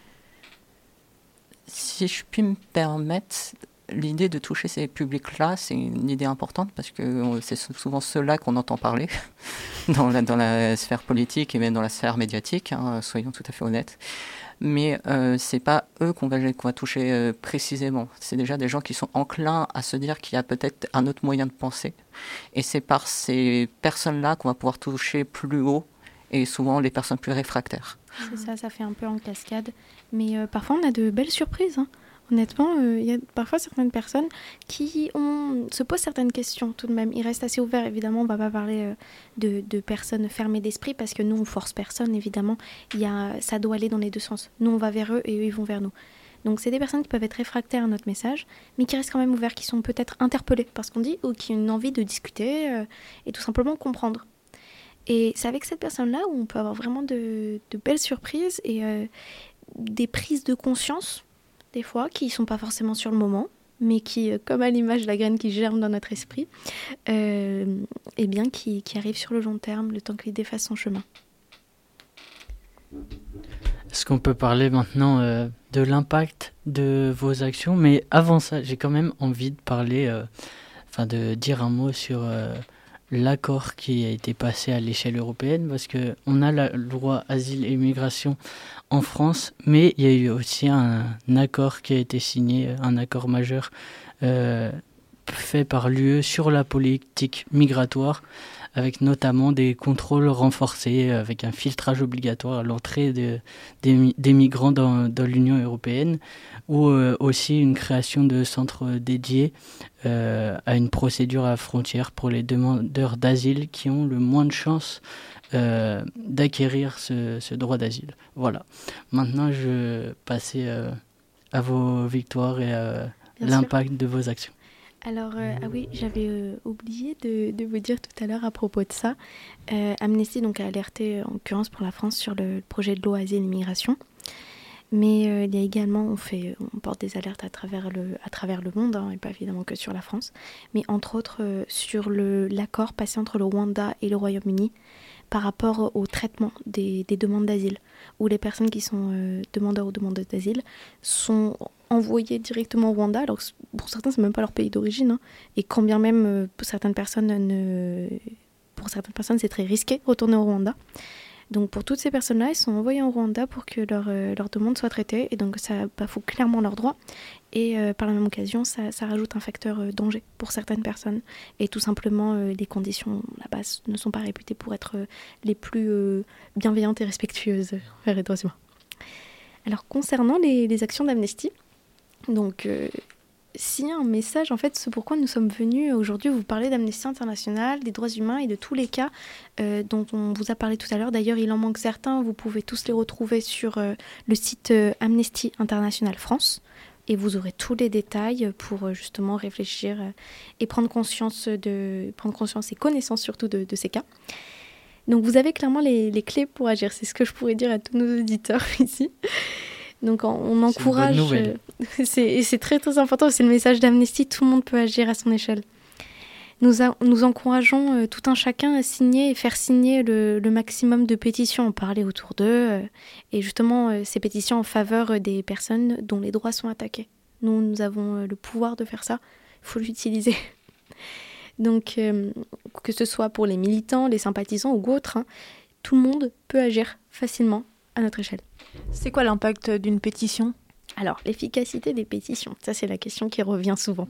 Si je puis me permettre, l'idée de toucher ces publics-là, c'est une idée importante parce que c'est souvent ceux-là qu'on entend parler dans la sphère politique et même dans la sphère médiatique, soyons tout à fait honnêtes. Mais c'est pas eux qu'on va toucher précisément. C'est déjà des gens qui sont enclins à se dire qu'il y a peut-être un autre moyen de penser. Et c'est par ces personnes-là qu'on va pouvoir toucher plus haut et souvent les personnes plus réfractaires. C'est ça, ça fait un peu en cascade. Mais parfois, on a de belles surprises. Honnêtement, il y a parfois certaines personnes qui se posent certaines questions tout de même. Ils restent assez ouverts, évidemment. On ne va pas parler de personnes fermées d'esprit parce que nous, on ne force personne, évidemment. Ça doit aller dans les deux sens. Nous, on va vers eux et eux, ils vont vers nous. Donc, c'est des personnes qui peuvent être réfractaires à notre message, mais qui restent quand même ouverts, qui sont peut-être interpellés par ce qu'on dit ou qui ont une envie de discuter et tout simplement comprendre. Et c'est avec cette personne-là où on peut avoir vraiment de belles surprises et des prises de conscience, des fois, qui ne sont pas forcément sur le moment, mais qui, comme à l'image de la graine qui germe dans notre esprit, eh bien, qui arrivent sur le long terme, le temps que l'idée fasse son chemin. Est-ce qu'on peut parler maintenant de l'impact de vos actions? Mais avant ça, j'ai quand même envie de parler, de dire un mot sur l'accord qui a été passé à l'échelle européenne, parce qu'on a la loi asile et immigration en France, mais il y a eu aussi un accord qui a été signé, un accord majeur fait par l'UE sur la politique migratoire, avec notamment des contrôles renforcés, avec un filtrage obligatoire à l'entrée des migrants dans l'Union européenne, ou aussi une création de centres dédiés à une procédure à la frontière pour les demandeurs d'asile qui ont le moins de chances d'acquérir ce droit d'asile. Voilà. Maintenant, je vais passer à vos victoires et à l'impact de vos actions. Alors, oui, j'avais oublié de vous dire tout à l'heure à propos de ça. Amnesty donc, a alerté, en l'occurrence pour la France, sur le projet de loi Asile et Immigration. Mais il y a également, on porte des alertes à travers le monde, et pas évidemment que sur la France, mais entre autres sur l'accord passé entre le Rwanda et le Royaume-Uni par rapport au traitement des demandes d'asile, où les personnes qui sont demandeurs ou demandeuses d'asile sont envoyées directement au Rwanda. Alors pour certains, c'est même pas leur pays d'origine, et quand bien même pour certaines personnes, c'est très risqué de retourner au Rwanda. Donc pour toutes ces personnes-là, elles sont envoyées au Rwanda pour que leur demande soit traitée, et donc ça bafoue clairement leurs droits. Et par la même occasion, ça rajoute un facteur danger pour certaines personnes. Et tout simplement, les conditions là-bas ne sont pas réputées pour être les plus bienveillantes et respectueuses envers les droits humains. Alors concernant les actions d'Amnesty, donc s'il y a un message, en fait, c'est pourquoi nous sommes venus aujourd'hui vous parler d'Amnesty International, des droits humains et de tous les cas dont on vous a parlé tout à l'heure. D'ailleurs, il en manque certains, vous pouvez tous les retrouver sur le site Amnesty International France. Et vous aurez tous les détails pour justement réfléchir et prendre conscience et connaissance surtout de ces cas. Donc vous avez clairement les clés pour agir. C'est ce que je pourrais dire à tous nos auditeurs ici. Donc on encourage. C'est une bonne nouvelle. C'est très très important. C'est le message d'Amnesty. Tout le monde peut agir à son échelle. Nous encourageons tout un chacun à signer et faire signer le maximum de pétitions, en parler autour d'eux, et justement ces pétitions en faveur des personnes dont les droits sont attaqués. Nous avons le pouvoir de faire ça, il faut l'utiliser. Donc que ce soit pour les militants, les sympathisants ou autres, tout le monde peut agir facilement à notre échelle. C'est quoi l'impact d'une pétition ? Alors, l'efficacité des pétitions, ça c'est la question qui revient souvent.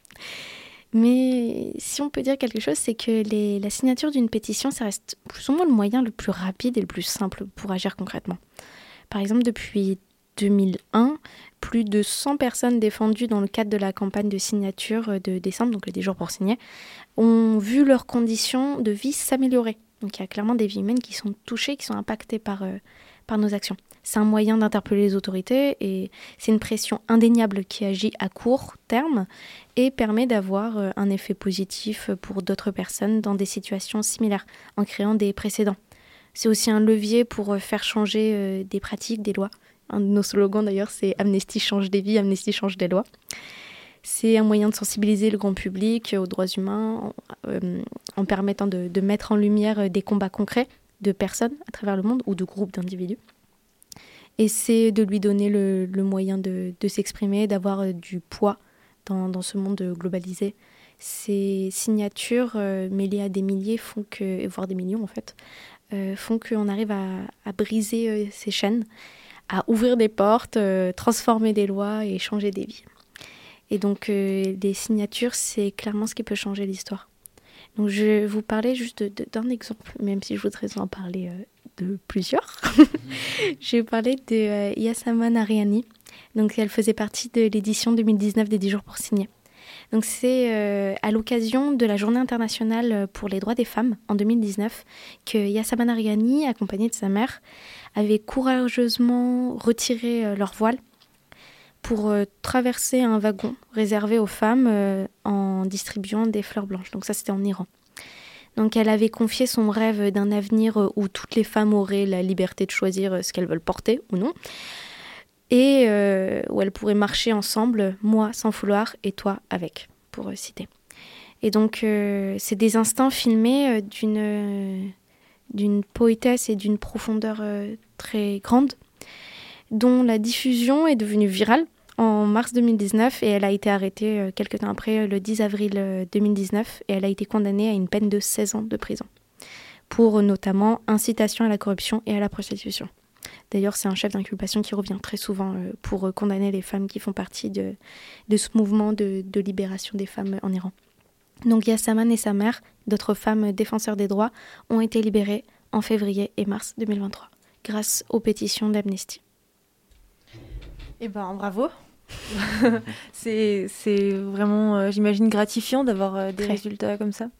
Mais si on peut dire quelque chose, c'est que la signature d'une pétition, ça reste plus ou moins le moyen le plus rapide et le plus simple pour agir concrètement. Par exemple, depuis 2001, plus de 100 personnes défendues dans le cadre de la campagne de signature de décembre, donc le 10 jours pour signer, ont vu leurs conditions de vie s'améliorer. Donc il y a clairement des vies humaines qui sont touchées, qui sont impactées par nos actions. C'est un moyen d'interpeller les autorités et c'est une pression indéniable qui agit à court terme et permet d'avoir un effet positif pour d'autres personnes dans des situations similaires en créant des précédents. C'est aussi un levier pour faire changer des pratiques, des lois. Un de nos slogans d'ailleurs, c'est « Amnesty change des vies, Amnesty change des lois ». C'est un moyen de sensibiliser le grand public aux droits humains en permettant de mettre en lumière des combats concrets de personnes à travers le monde ou de groupes d'individus. Et c'est de lui donner le moyen de s'exprimer, d'avoir du poids dans ce monde globalisé. Ces signatures mêlées à des milliers voire des millions en fait, font qu'on arrive à briser ces chaînes, à ouvrir des portes, transformer des lois et changer des vies. Et donc les signatures, c'est clairement ce qui peut changer l'histoire. Donc je vais vous parler juste d'un exemple, même si je voudrais en parler de plusieurs. Je vais parler de Yassama Nariani. Donc, elle faisait partie de l'édition 2019 des 10 jours pour signer. Donc, c'est à l'occasion de la Journée internationale pour les droits des femmes en 2019 que Yassama Nariani, accompagnée de sa mère, avait courageusement retiré leur voile pour traverser un wagon réservé aux femmes en distribuant des fleurs blanches. Donc ça, c'était en Iran. Donc elle avait confié son rêve d'un avenir où toutes les femmes auraient la liberté de choisir ce qu'elles veulent porter ou non, et où elles pourraient marcher ensemble, moi sans foulard et toi avec, pour citer. Et donc c'est des instants filmés d'une poétesse et d'une profondeur très grande, dont la diffusion est devenue virale en mars 2019 et elle a été arrêtée quelques temps après, le 10 avril 2019, et elle a été condamnée à une peine de 16 ans de prison pour notamment incitation à la corruption et à la prostitution. D'ailleurs, c'est un chef d'inculpation qui revient très souvent pour condamner les femmes qui font partie de ce mouvement de libération des femmes en Iran. Donc Yassaman et sa mère, d'autres femmes défenseurs des droits, ont été libérées en février et mars 2023 grâce aux pétitions d'Amnesty. Eh ben, bravo. c'est vraiment, j'imagine, gratifiant d'avoir des résultats comme ça.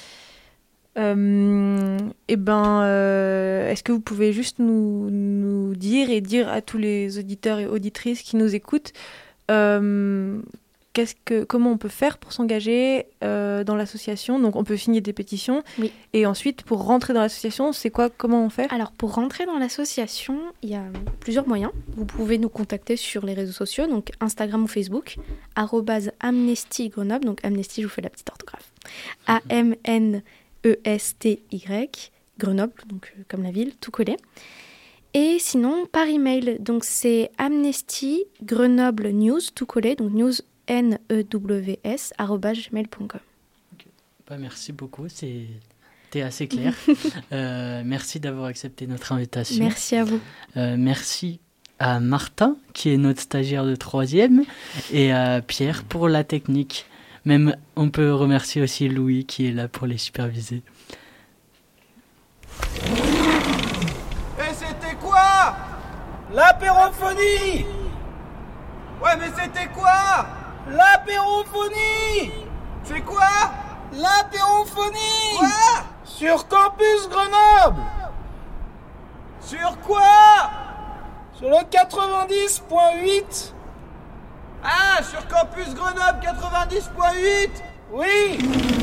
Est-ce que vous pouvez juste nous dire et dire à tous les auditeurs et auditrices qui nous écoutent comment on peut faire pour s'engager dans l'association? Donc on peut signer des pétitions. Oui. Et ensuite, pour rentrer dans l'association, comment on fait? Alors pour rentrer dans l'association, il y a plusieurs moyens. Vous pouvez nous contacter sur les réseaux sociaux, donc Instagram ou Facebook, @Amnesty Grenoble. Donc Amnesty, je vous fais la petite orthographe. AMNESTY Grenoble, donc comme la ville, tout collé. Et sinon, par email, donc c'est Amnesty Grenoble News, tout collé, donc news news@gmail.com. Okay. Merci beaucoup, c'était assez clair. Merci d'avoir accepté notre invitation. Merci à vous. Merci à Martin, qui est notre stagiaire de 3e, et à Pierre pour la technique. Même, on peut remercier aussi Louis, qui est là pour les superviser. Et c'était quoi? L'apérophonie! Ouais, mais c'était quoi? L'apérophonie! C'est quoi? L'apérophonie! Quoi? Sur Campus Grenoble! Sur quoi? Sur le 90.8! Ah, sur Campus Grenoble 90.8! Oui!